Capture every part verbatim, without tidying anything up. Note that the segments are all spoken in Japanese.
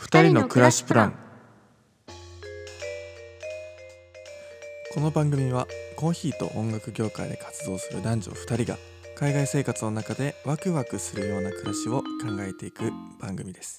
二人の暮らしプラン。この番組はコーヒーと音楽業界で活動する男女ふたりが海外生活の中でワクワクするような暮らしを考えていく番組です。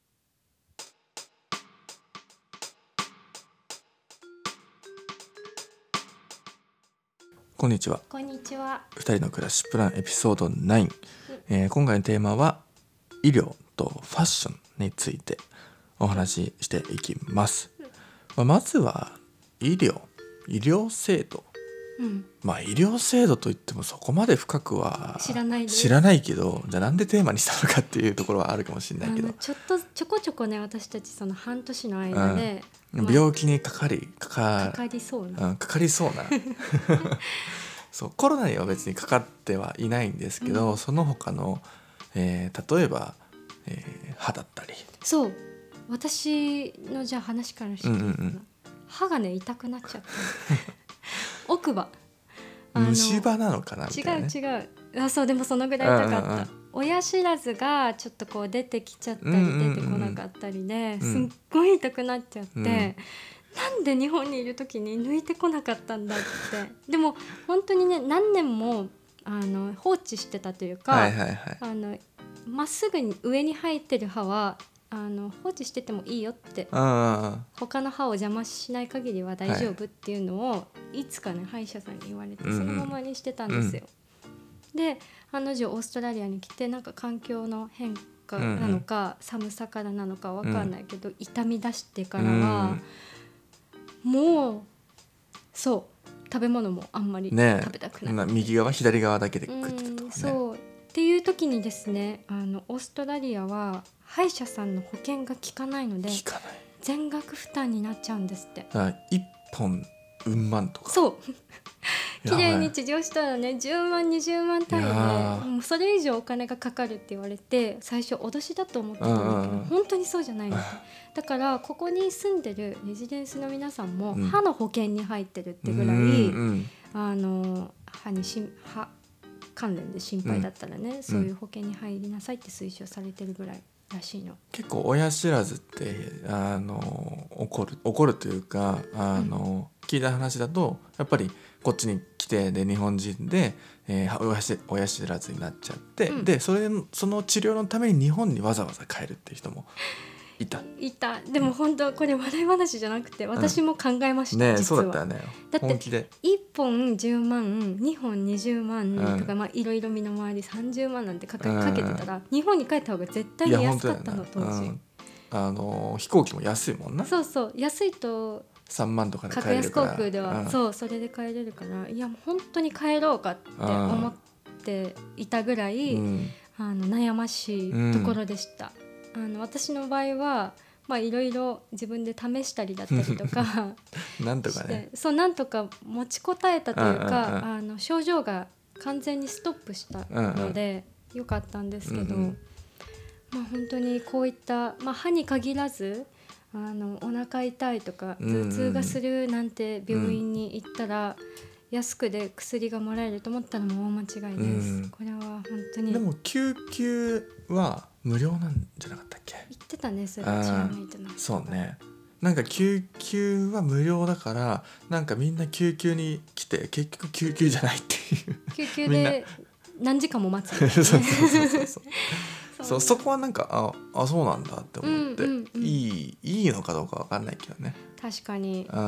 こんにちは。 こんにちは。 二人の暮らしプランエピソードナイン、えー、今回のテーマは医療とファッションについてお話ししていきます。まあ、まずは医療医療制度、 うん、 まあ医療制度といってもそこまで深くは知らないです知らないけど、じゃあなんでテーマにしたのかっていうところはあるかもしれないけど、 あのちょっとちょこちょこね、私たちその半年の間で、 うんまあ、病気にかかりかかかかりそうな、 うん、かかりそうなそうコロナには別にかかってはいないんですけど、うん、その他の、えー、例えば、えー、歯だったり、 そう私のじゃあ話からして、うんうんうん、歯がね痛くなっちゃった奥歯虫歯なのかなみたいな、ね、 違う違うあそうでもそのぐらい痛かった、うんうんうん、親知らずがちょっとこう出てきちゃったり、うんうんうん、出てこなかったりで、すっごい痛くなっちゃって、うん、なんで日本にいる時に抜いてこなかったんだってでも本当にね何年もあの放置してたというか、はいはいはい、あのまっすぐに上に生えてる歯はあの放置しててもいいよって、他の歯を邪魔しない限りは大丈夫っていうのを、はい、いつかね歯医者さんに言われて、そのままにしてたんですよ、うん、で案の定オーストラリアに来てなんか環境の変化なのか、うん、寒さからなのか分かんないけど、うん、痛み出してからは、うん、もうそう食べ物もあんまり食べたくない、 ね、右側左側だけで食ってたとかね、 そうっていう時にですね、あのオーストラリアは歯医者さんの保険が効かないので効かない全額負担になっちゃうんですって。 いっぽんうん万とかそう綺麗に治療したらねじゅうまんにじゅうまん単位で、もうそれ以上お金がかかるって言われて最初脅しだと思ってたんだけど、うんうん、本当にそうじゃないの、だからここに住んでるレジデンスの皆さんも歯の保険に入ってるってぐらい、うんうん、あの歯にし歯関連で心配だったらね、うん、そういう保険に入りなさいって推奨されてるぐらいらしいの。 結構親知らずってあの起こる起こるというかあの、うん、聞いた話だとやっぱりこっちに来てで日本人で、えー、親, し親知らずになっちゃって、うん、でそれその治療のために日本にわざわざ帰るっていう人もいたいた。でも本当これ笑い話じゃなくて私も考えました、うん、 ね、 実はそうだったよね。 だっていっぽんじゅうまんにほんにじゅうまんとか、うんまあ、いろいろ身の回りさんじゅうまんなんて か, かけてたら、うん、日本に帰った方が絶対に安かったの当時、うん、 あの飛行機も安いもんな。 そうそう安いとさんまんとかで帰れるから格安航空では、うん、そうそれで帰れるからいや本当に帰ろうかって思っていたぐらい、うん、あの悩ましいところでした、うん、あの私の場合はまあいろいろ自分で試したりだったりとかなんとかねそうなんとか持ちこたえたというか、うんうんうん、あの症状が完全にストップしたので、うんうん、よかったんですけど、うんうんまあ、本当にこういった、まあ、歯に限らずあのお腹痛いとか頭痛がするなんて病院に行ったら、うんうん、安くで薬がもらえると思ったのも大間違いです、うん、これは本当に。 でも救急は無料なんじゃなかったっけ？ 言ってたねそれは知らないとな。 そうね、なんか救急は無料だからなんかみんな救急に来て結局救急じゃないっていう救急で何時間も待つみたいな、ね、 そうそうそうそうそうそうそこはなんか あ, あそうなんだって思って、うんうんうん、いいいいのかどうか分かんないけどね。 確かに、 うん、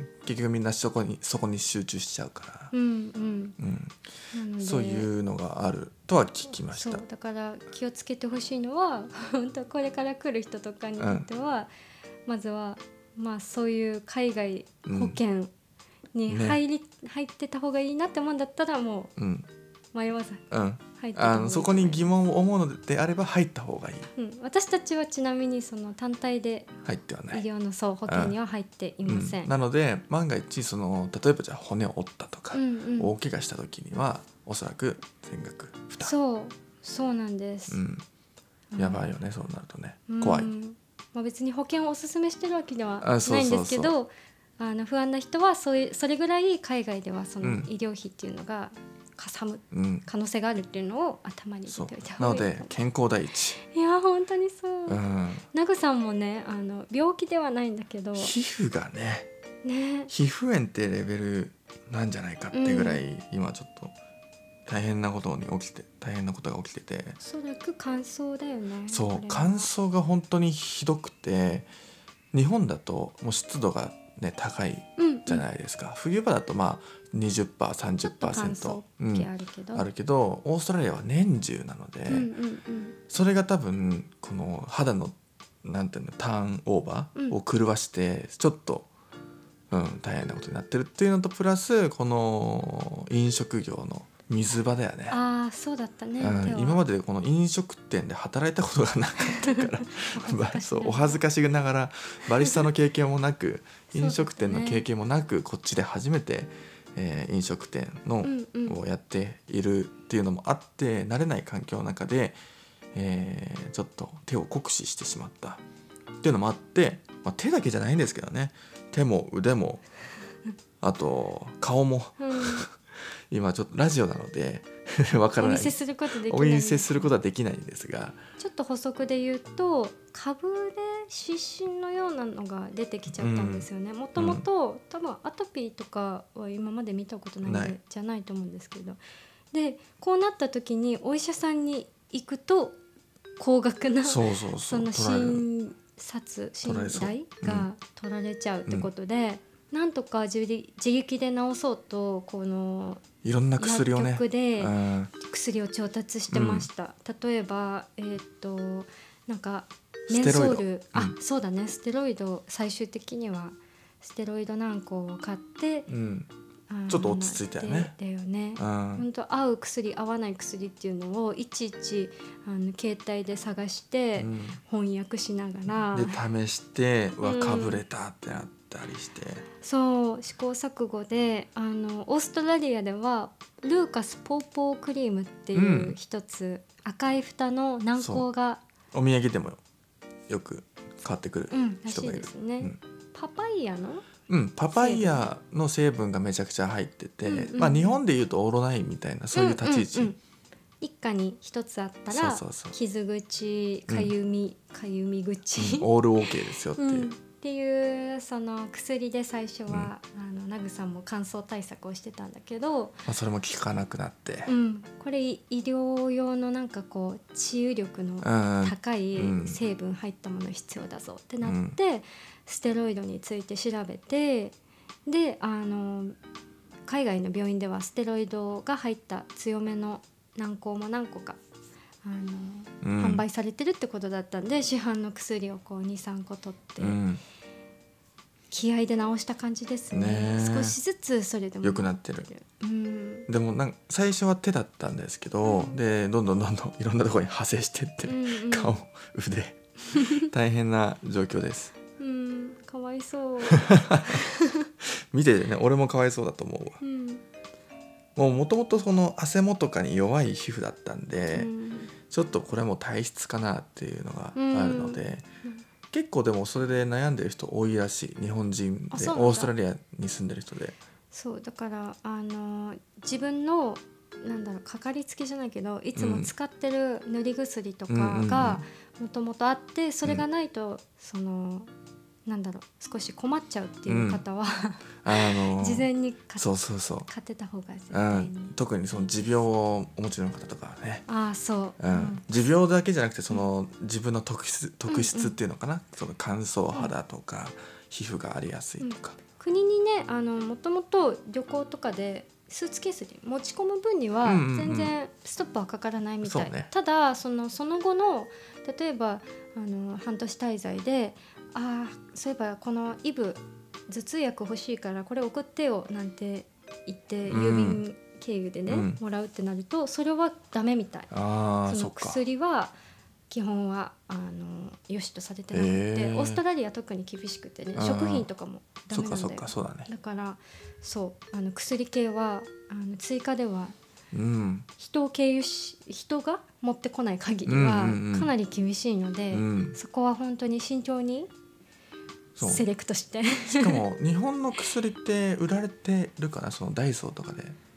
結局みんなそこにそこに集中しちゃうから、 うんうんうん、そういうのがあるとは聞きました。 そうだから気をつけてほしいのは本当これから来る人とかにとっては、うん、まずは、まあ、そういう海外保険に入り、うんね、入ってた方がいいなって思うんだったらもう、うん迷わず入ってた方がいい、 うん、あのそこに疑問を思うのであれば入った方がいい、 うん、私たちはちなみにその単体で入ってはない医療のそう保険には入っていません、 うん、なので万が一その例えばじゃあ骨を折ったとか、うんうん、大怪我した時にはおそらく全額負担。 そうそうなんです、うん、 やばいよね、うん、そうなるとね怖い、 まあ、別に保険をおすすめしてるわけではないんですけど、あの不安な人はそういうそれぐらい海外ではその医療費っていうのがかさむうん可能性があるっていうのを頭に入れておいた方がいい。 なので健康第一。 いや本当にそう、 うん、 ナグさんもねあの病気ではないんだけど皮膚がねね皮膚炎ってレベルなんじゃないかってぐらい、うん、今ちょっと大変なことに起きて大変なことが起きてて、 おそらく乾燥だよね。 そう乾燥が本当にひどくて、日本だともう湿度がね高いじゃないですか、うんうん、冬場だとまあ にじゅっパーセント、さんじゅっパーセント乾燥気あるけど、うん、 あるけどオーストラリアは年中なので、うんうんうん、それが多分この肌のなんていうのターンオーバーを狂わしてちょっと、うん、大変なことになってるっていうのとプラスこの飲食業の水場だよね。 ああそうだったね、 うん、今までこの飲食店で働いたことがなかったからお, そうお恥ずかしながらバリスタの経験もなく飲食店の経験もなくこっちで初めて、えー、飲食店の、うんうん、をやっているっていうのもあって慣れない環境の中で、えー、ちょっと手を酷使してしまったっていうのもあって、まあ、手だけじゃないんですけどね、手も腕もあと顔も、うん今ちょっとラジオなのでわからない、 お見せすることできない、 お見せすることはできないんですが、 ちょっと補足で言うと株で湿疹のようなのが出てきちゃったんですよね。もともと多分アトピーとかは今まで見たことないんでじゃないと思うんですけど、でこうなった時にお医者さんに行くと高額なそうそうそうその診察診代が取られちゃうってことで、うん、なんとか自力で治そうとこのいろんな薬をね薬局で薬を調達してました、うん、例えばえー、っとなんかメンソール、うん、あそうだねステロイド、最終的にはステロイド軟膏を買って、うん、 ちょっと落ち着いたよね。 だよね。本当合う薬合わない薬っていうのをいちいちあの携帯で探して翻訳しながら、 うん、で試してわかぶれたってなったりして、うん、 そう試行錯誤であのオーストラリアではルーカスポーポークリームっていう一つ、うん、赤い蓋の軟膏がお土産でもよく買ってくる人がいる、 うん、らしいですね、うん、パパイヤのうん、パパイヤの成分がめちゃくちゃ入ってて、うんうん、まあ、日本でいうとオーロナインみたいなそういう立ち位置、うんうんうん、 一家に一つあったらそうそうそう傷口かゆみ、うん、かゆみ口、 うん、オール OK ですよっていう、うん、 っていうその薬で最初は、うん、あのナグさんも乾燥対策をしてたんだけど、まあ、それも効かなくなって、 うん、これ医療用のなんかこう治癒力の高い成分入ったもの必要だぞってなって、うん、ステロイドについて調べて、であの海外の病院ではステロイドが入った強めの軟膏も何個かあの、うん、販売されてるってことだったんで市販の薬をこう にさんこ取って、うん、気合で治した感じです ね, ね少しずつそれでも良くなってる、うん、でもなんか最初は手だったんですけど、うん、でどんどんどんどんいろんなところに派生してって、うんうん、顔腕大変な状況です。 うん、かわいそう見ててね俺もかわいそうだと思うわ、うん、もうもともとその汗もとかに弱い皮膚だったんで、うん、ちょっとこれはもう体質かなっていうのがあるので、うん、結構でもそれで悩んでる人多いらしい、日本人でオーストラリアに住んでる人で。 そうだからあの自分のなんだろうかかりつけじゃないけどいつも使ってる塗り薬とかがもともとあってそれがないと、うん、そのなんだろう少し困っちゃうっていう方は、うんあのー、事前に買そうそうそう買ってた方が絶対に、 うん、特にその持病をお持ちの方とかねあそう、 うんうん、持病だけじゃなくてその自分の特質、特質っていうのかな、うんうん、その乾燥肌とか、うん、皮膚がありやすいとか、うん、 国にねあのもともと旅行とかでスーツケースに持ち込む分には全然ストップはかからないみたい、うんうんうんね、ただその、その後の例えばあの半年滞在であそういえばこのイブ頭痛薬欲しいからこれ送ってよなんて言って郵便経由でね、うん、もらうってなるとそれはダメみたい、 あその薬は基本はあの良しとされてなくて、えー、オーストラリア特に厳しくてね食品とかもダメなんだよ。 そっかそっかそうだね。 だからそうあの薬系はあの追加では、うん、人を経由し人が持ってこない限りはかなり厳しいので、うんうんうん、そこは本当に慎重にセレクトしてしかも日本の薬って売られてるかなそのダイソーとかで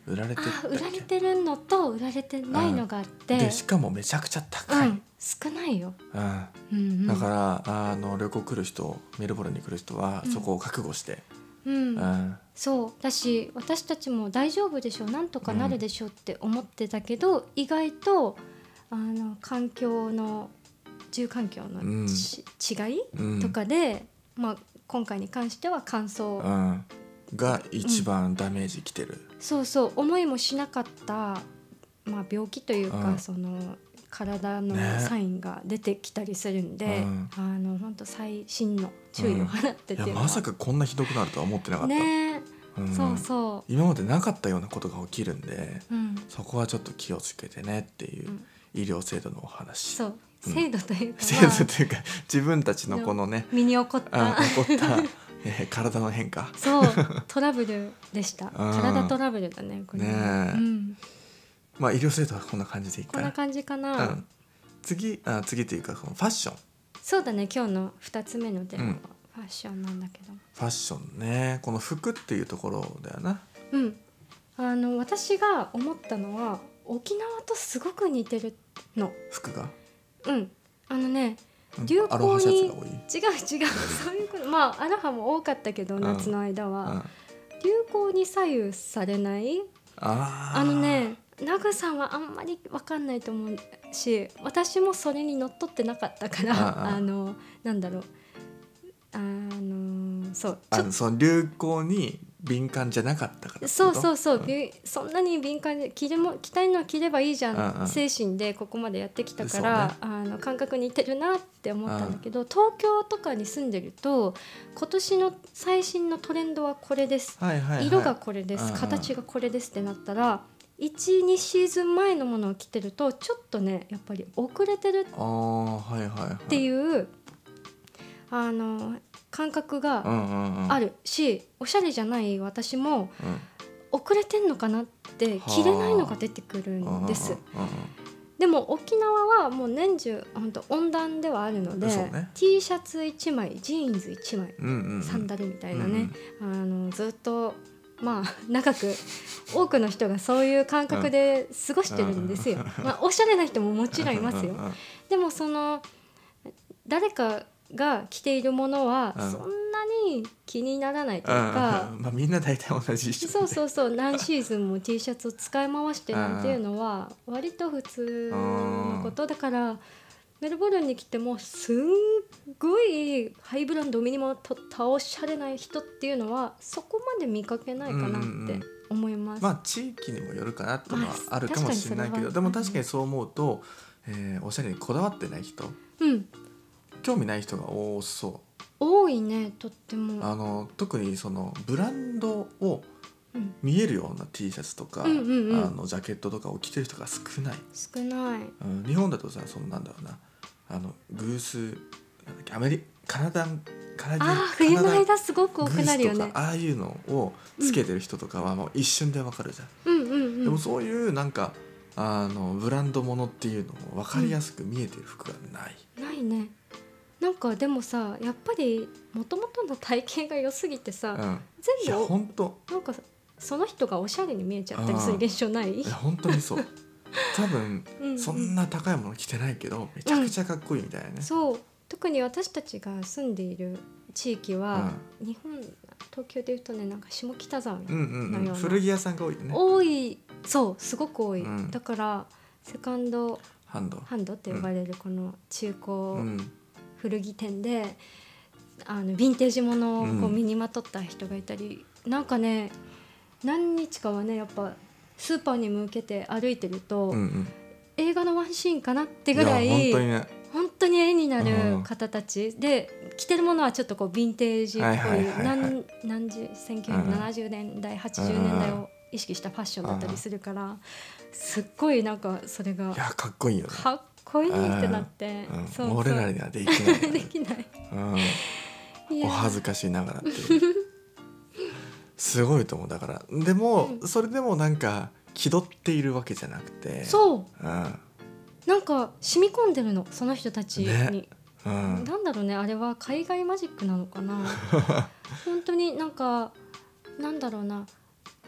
売られてあ売られてるのと売られてないのがあって、 でしかもめちゃくちゃ高い、 うん、少ないよ、 うんうんうん、 だからあの旅行来る人メルボルンに来る人はそこを覚悟して、 うんうん、 そうだし私たちも大丈夫でしょうなんとかなるでしょうって思ってたけど、うん、意外とあの環境の住環境の、うん、違い、うん、とかで、まあ、今回に関しては乾燥、 うんが一番ダメージきてる、 うん、そうそう思いもしなかった、まあ、病気というか、うん、その体のサインが出てきたりするんで、ね、あの本当細心の注意を払ってっていうのは、うん、 いやまさかこんなひどくなるとは思ってなかった、 ねうん、 そうそう今までなかったようなことが起きるんで、 うん、 そこはちょっと気をつけてねっていう医療制度のお話、 そう制度というか、 制度というか自分たちのこのね身に起こった起こったえー、体の変化そうトラブルでした体トラブルだねこれね、うん、 まあ医療制度はこんな感じでいいかなこんな感じかな、うん、 次あ次っていうかそのファッションそうだね今日のふたつめのテーマはファッションなんだけど、うん、 ファッションねこの服っていうところだよなうんあの私が思ったのは沖縄とすごく似てるの服がうんあのね流行に違う違うそういうことまあアロハも多かったけど夏の間は、うん、流行に左右されないあ, あのねナグさんはあんまり分かんないと思うし私もそれにのっとってなかったからあのなんだろうあのそうあのその流行に敏感じゃなかったからそうそうそう、うん、そんなに敏感で着れも着たいのは着ればいいじゃん、うんうん、精神でここまでやってきたから、ね、あの感覚似てるなって思ったんだけど、うん、東京とかに住んでると今年の最新のトレンドはこれです、はいはいはい、色がこれです、うんうん、形がこれですってなったら いち,に シーズン前のものを着てるとちょっとねやっぱり遅れてるっていうあの感覚があるし、うんうんうん、おしゃれじゃない私も、うん、遅れてんのかなって着れないのが出てくるんです。でも沖縄はもう年中本当温暖ではあるので、ね、T シャツいちまいジーンズいちまい、うんうんうん、サンダルみたいなね、うんうん、あのずっとまあ長く多くの人がそういう感覚で過ごしてるんですよ、まあ、おしゃれな人ももちろんいますよ。でもその誰かが着ているものはそんなに気にならないというか、 うんうんまあ、みんな大体同じ一緒、ね、 そうそうそう何シーズンも T シャツを使い回してなんていうのは割と普通のことだからメルボルンに来てもすんごいハイブランドを身にまとったおしゃれな人っていうのはそこまで見かけないかなって思います、 うんうん、まあ地域にもよるかなっていうのはあるかもしれないけど、まあ、でも確かにそう思うと、えー、おしゃれにこだわってない人、うん興味ない人が多そう多いねとってもあの特にそのブランドを見えるような T シャツとか、うんうんうん、あのジャケットとかを着てる人が少ない少ない、 うん、日本だとさそのなんだろうなあのグースなんだっけアメリカナダンカナダンあ冬の間すごく多くなるよねああいうのをつけてる人とかはもう一瞬でわかるじゃん、うんうんうん、でもそういうなんかあのブランドものっていうのも分かりやすく見えてる服がない、 うん、ないねなんかでもさやっぱりもともとの体型が良すぎてさ、うん、全部本当なんかその人がおしゃれに見えちゃったりする現象ない？ いや本当にそう多分うん、そんな高いもの着てないけどめちゃくちゃかっこいいみたいなね、うん、 そう特に私たちが住んでいる地域は、うん、日本東京でいうとねなんか下北沢のような、うんうんうん、 古着屋さんが多いね多いそうすごく多い、うん、だからセカンドハンドハンドって呼ばれるこの中古、うん古着店であのヴィンテージものをこう身にまとった人がいたり、うん、なんかね何日かはねやっぱスーパーに向けて歩いてると、うんうん、映画のワンシーンかなってぐらい本当にね本当に絵になる方たち、うん、で着てるものはちょっとこうヴィンテージっぽい、はいはいはいはい、何何十せんきゅうひゃくななじゅうねんだいはちじゅうねんだいを意識したファッションだったりするからすっごいなんかそれがいやかっこいいよねかっこいいってなって、 うん、そうそう俺らにはできない、ね、 できない、 うん、お恥ずかしいながらっていうすごいと思うだからでも、うん、それでもなんか気取っているわけじゃなくてそう、うん、なんか染み込んでるのその人たちに、ねうん、なんだろうねあれは海外マジックなのかな本当になんかなんだろうな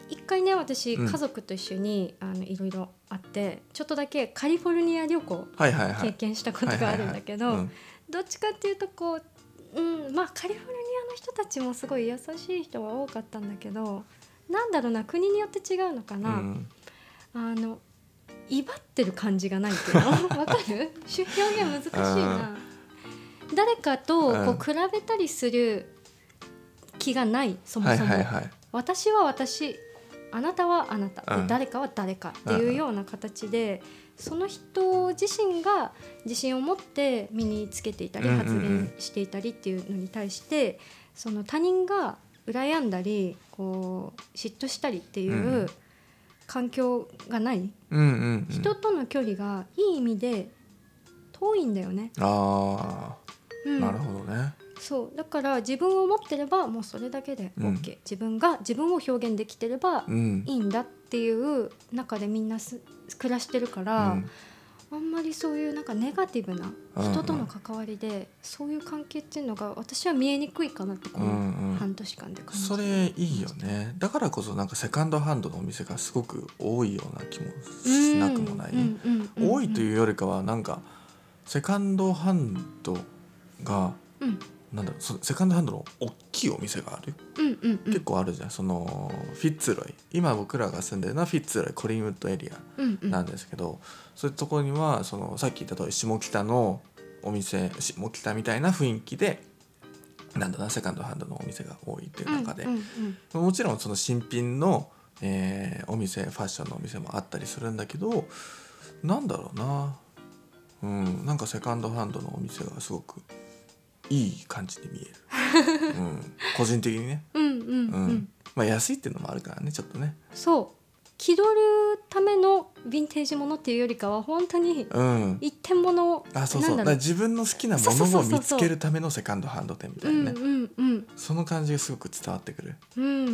一回ね私うん家族と一緒に、あのいろいろあってちょっとだけカリフォルニア旅行はいはいはい経験したことがあるんだけど、 はいはいはいどっちかっていうとこう、うん、まあカリフォルニアの人たちもすごい優しい人が多かったんだけど、なんだろうな、国によって違うのかな、 うんうんあの威張ってる感じがないっていうのわかる？表現難しいな。誰かとこう比べたりする気がないそもそも、 はいはいはい、 私は私、あなたはあなた、でうん誰かは誰かっていうような形で、その人自身が自信を持って身につけていたりうんうんうん発言していたりっていうのに対して、その他人が羨んだりこう嫉妬したりっていううん環境がない、 うんうんうん、 人との距離がいい意味で遠いんだよね。 ああ、 うんなるほどね。 そうだから自分を持ってればもうそれだけで OK、うん、自分が自分を表現できてればいいんだっていう中でみんなす暮らしてるから、うん、あんまりそういうなんかネガティブな人との関わりで、うんうん、そういう関係っていうのが私は見えにくいかなってこの半年間で感じ、 うんうん、それいいよね。だからこそなんかセカンドハンドのお店がすごく多いような気もしなくもない、多いというよりかはなんかセカンドハンドが、うんなんだろう、セカンドハンドの大きいお店がある、うんうんうん、結構あるじゃん。そのフィッツロイ、今僕らが住んでるのはフィッツロイコリンウッドエリアなんですけど、うんうん、そういうところにはそのさっき言った通り下北のお店、下北みたいな雰囲気でなんだなセカンドハンドのお店が多いっていう中で、うんうんうん、もちろんその新品の、えー、お店、ファッションのお店もあったりするんだけど、なんだろうな、うん、なんかセカンドハンドのお店がすごくいい感じに見える、うん、個人的にね、うんうんうんうん、まあ安いっていうのもあるからね、ちょっとね。 そう気取るためのヴィンテージものっていうよりかは本当に一点物を、 うん、あそうそうだから自分の好きなものを見つけるためのセカンドハンド店みたいなね、うんうんうん、その感じがすごく伝わってくる、うんうん、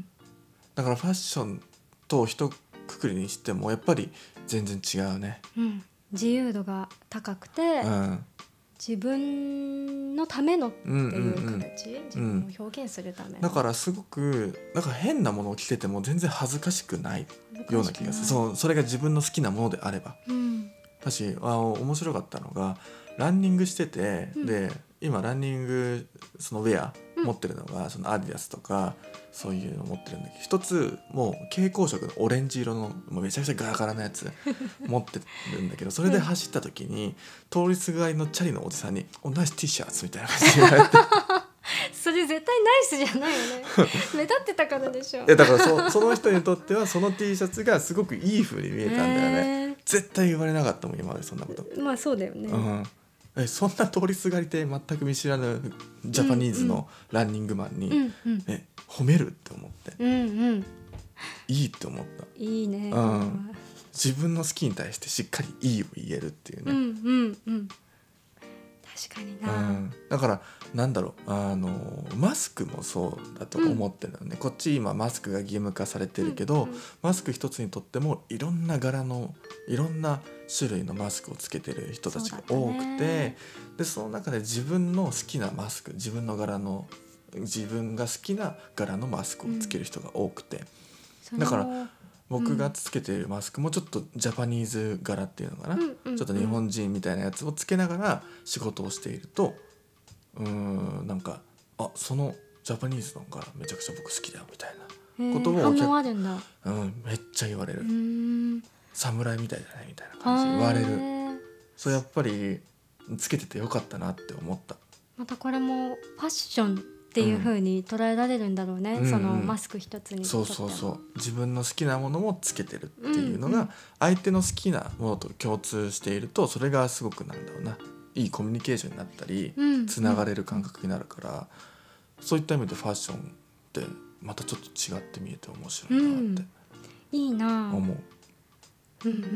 だからファッションと一括りにしてもやっぱり全然違うね、 うん、自由度が高くて、うん自分のためのっていう形、うんうんうん、自分を表現するための、 だからすごくなんか変なものを着てても全然恥ずかしくないような気がする。そう、それが自分の好きなものであれば、うん、私あ面白かったのがランニングしてて、うん、で今ランニングそのウェア持ってるのが、うん、そのアディダスとかそういうの持ってるんだけど、一つもう蛍光色のオレンジ色のもうめちゃくちゃガラガラなやつ持ってるんだけど、それで走った時に、うん、通りすがりのチャリのおじさんに「おナイス T シャツ」みたいな感じで言われてそれ絶対ナイスじゃないよね目立ってたからでしょ。 いやだから そ, その人にとってはその T シャツがすごくいい風に見えたんだよね、えー、絶対言われなかったもん今までそんなこと。 まあそうだよね、うんえそんな通りすがりで全く見知らぬジャパニーズのランニングマンに、うんうん、え褒めるって思って、うんうん、いいって思った。 いいね、 うん、自分の好きに対してしっかりいいを言えるっていうね、うんうんうん、 確かにな、 うん、だからなんだろうあのマスクもそうだと思ってるのね、うん、こっち今マスクが義務化されてるけど、うんうん、マスク一つにとってもいろんな柄のいろんな種類のマスクをつけてる人たちが多くて、ね、でその中で自分の好きなマスク、自分の柄の自分が好きな柄のマスクをつける人が多くて、うん、だから僕がつけているマスクもちょっとジャパニーズ柄っていうのかな、うんうんうん、ちょっと日本人みたいなやつをつけながら仕事をしていると、うーんなんかあそのジャパニーズの柄めちゃくちゃ僕好きだよみたいなことを反応あるんだ、 うん、めっちゃ言われる。うーん侍みたいじゃないみたいな感じで言われる。そうやっぱりつけててよかったなって思った。 またこれもファッションっていう風に捉えられるんだろうね、うん、そのマスク一つにとっても、 そうそうそう自分の好きなものもつけてるっていうのが相手の好きなものと共通していると、それがすごくなんだろうないいコミュニケーションになったり、うん、つながれる感覚になるから、うん、そういった意味でファッションってまたちょっと違って見えて面白いなって、うん、 いいな思う。うんうんうんうん、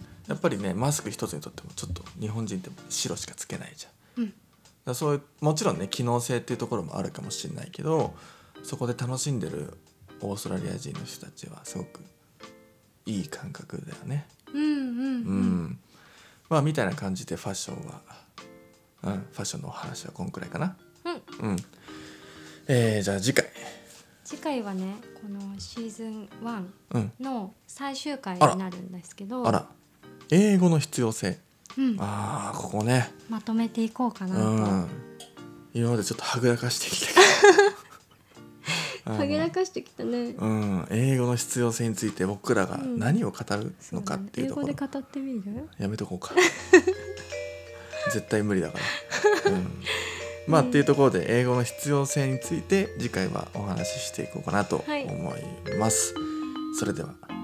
やっぱりねマスク一つにとってもちょっと日本人って白しかつけないじゃん、うん、だそういうもちろんね機能性っていうところもあるかもしれないけど、そこで楽しんでるオーストラリア人の人たちはすごくいい感覚だよね、うんうんうんうん、まあみたいな感じでファッションは、うん、ファッションのお話はこんくらいかな、うんうん、えー、じゃあ次回次回回はねこのシーズンワンうんの最終回になるんですけど、 あら英語の必要性、 うん、 ああここね、 まとめていこうかなと、 うん今までちょっとはぐらかしてきたけどはぐらかしてきたね。 うん、英語の必要性について僕らが何を語るのかっていうところ、 英語で語ってみる？ やめとこうか絶対無理だから、うん、まあ、っていうところで英語の必要性について次回はお話ししていこうかなと思います、はい、それでは。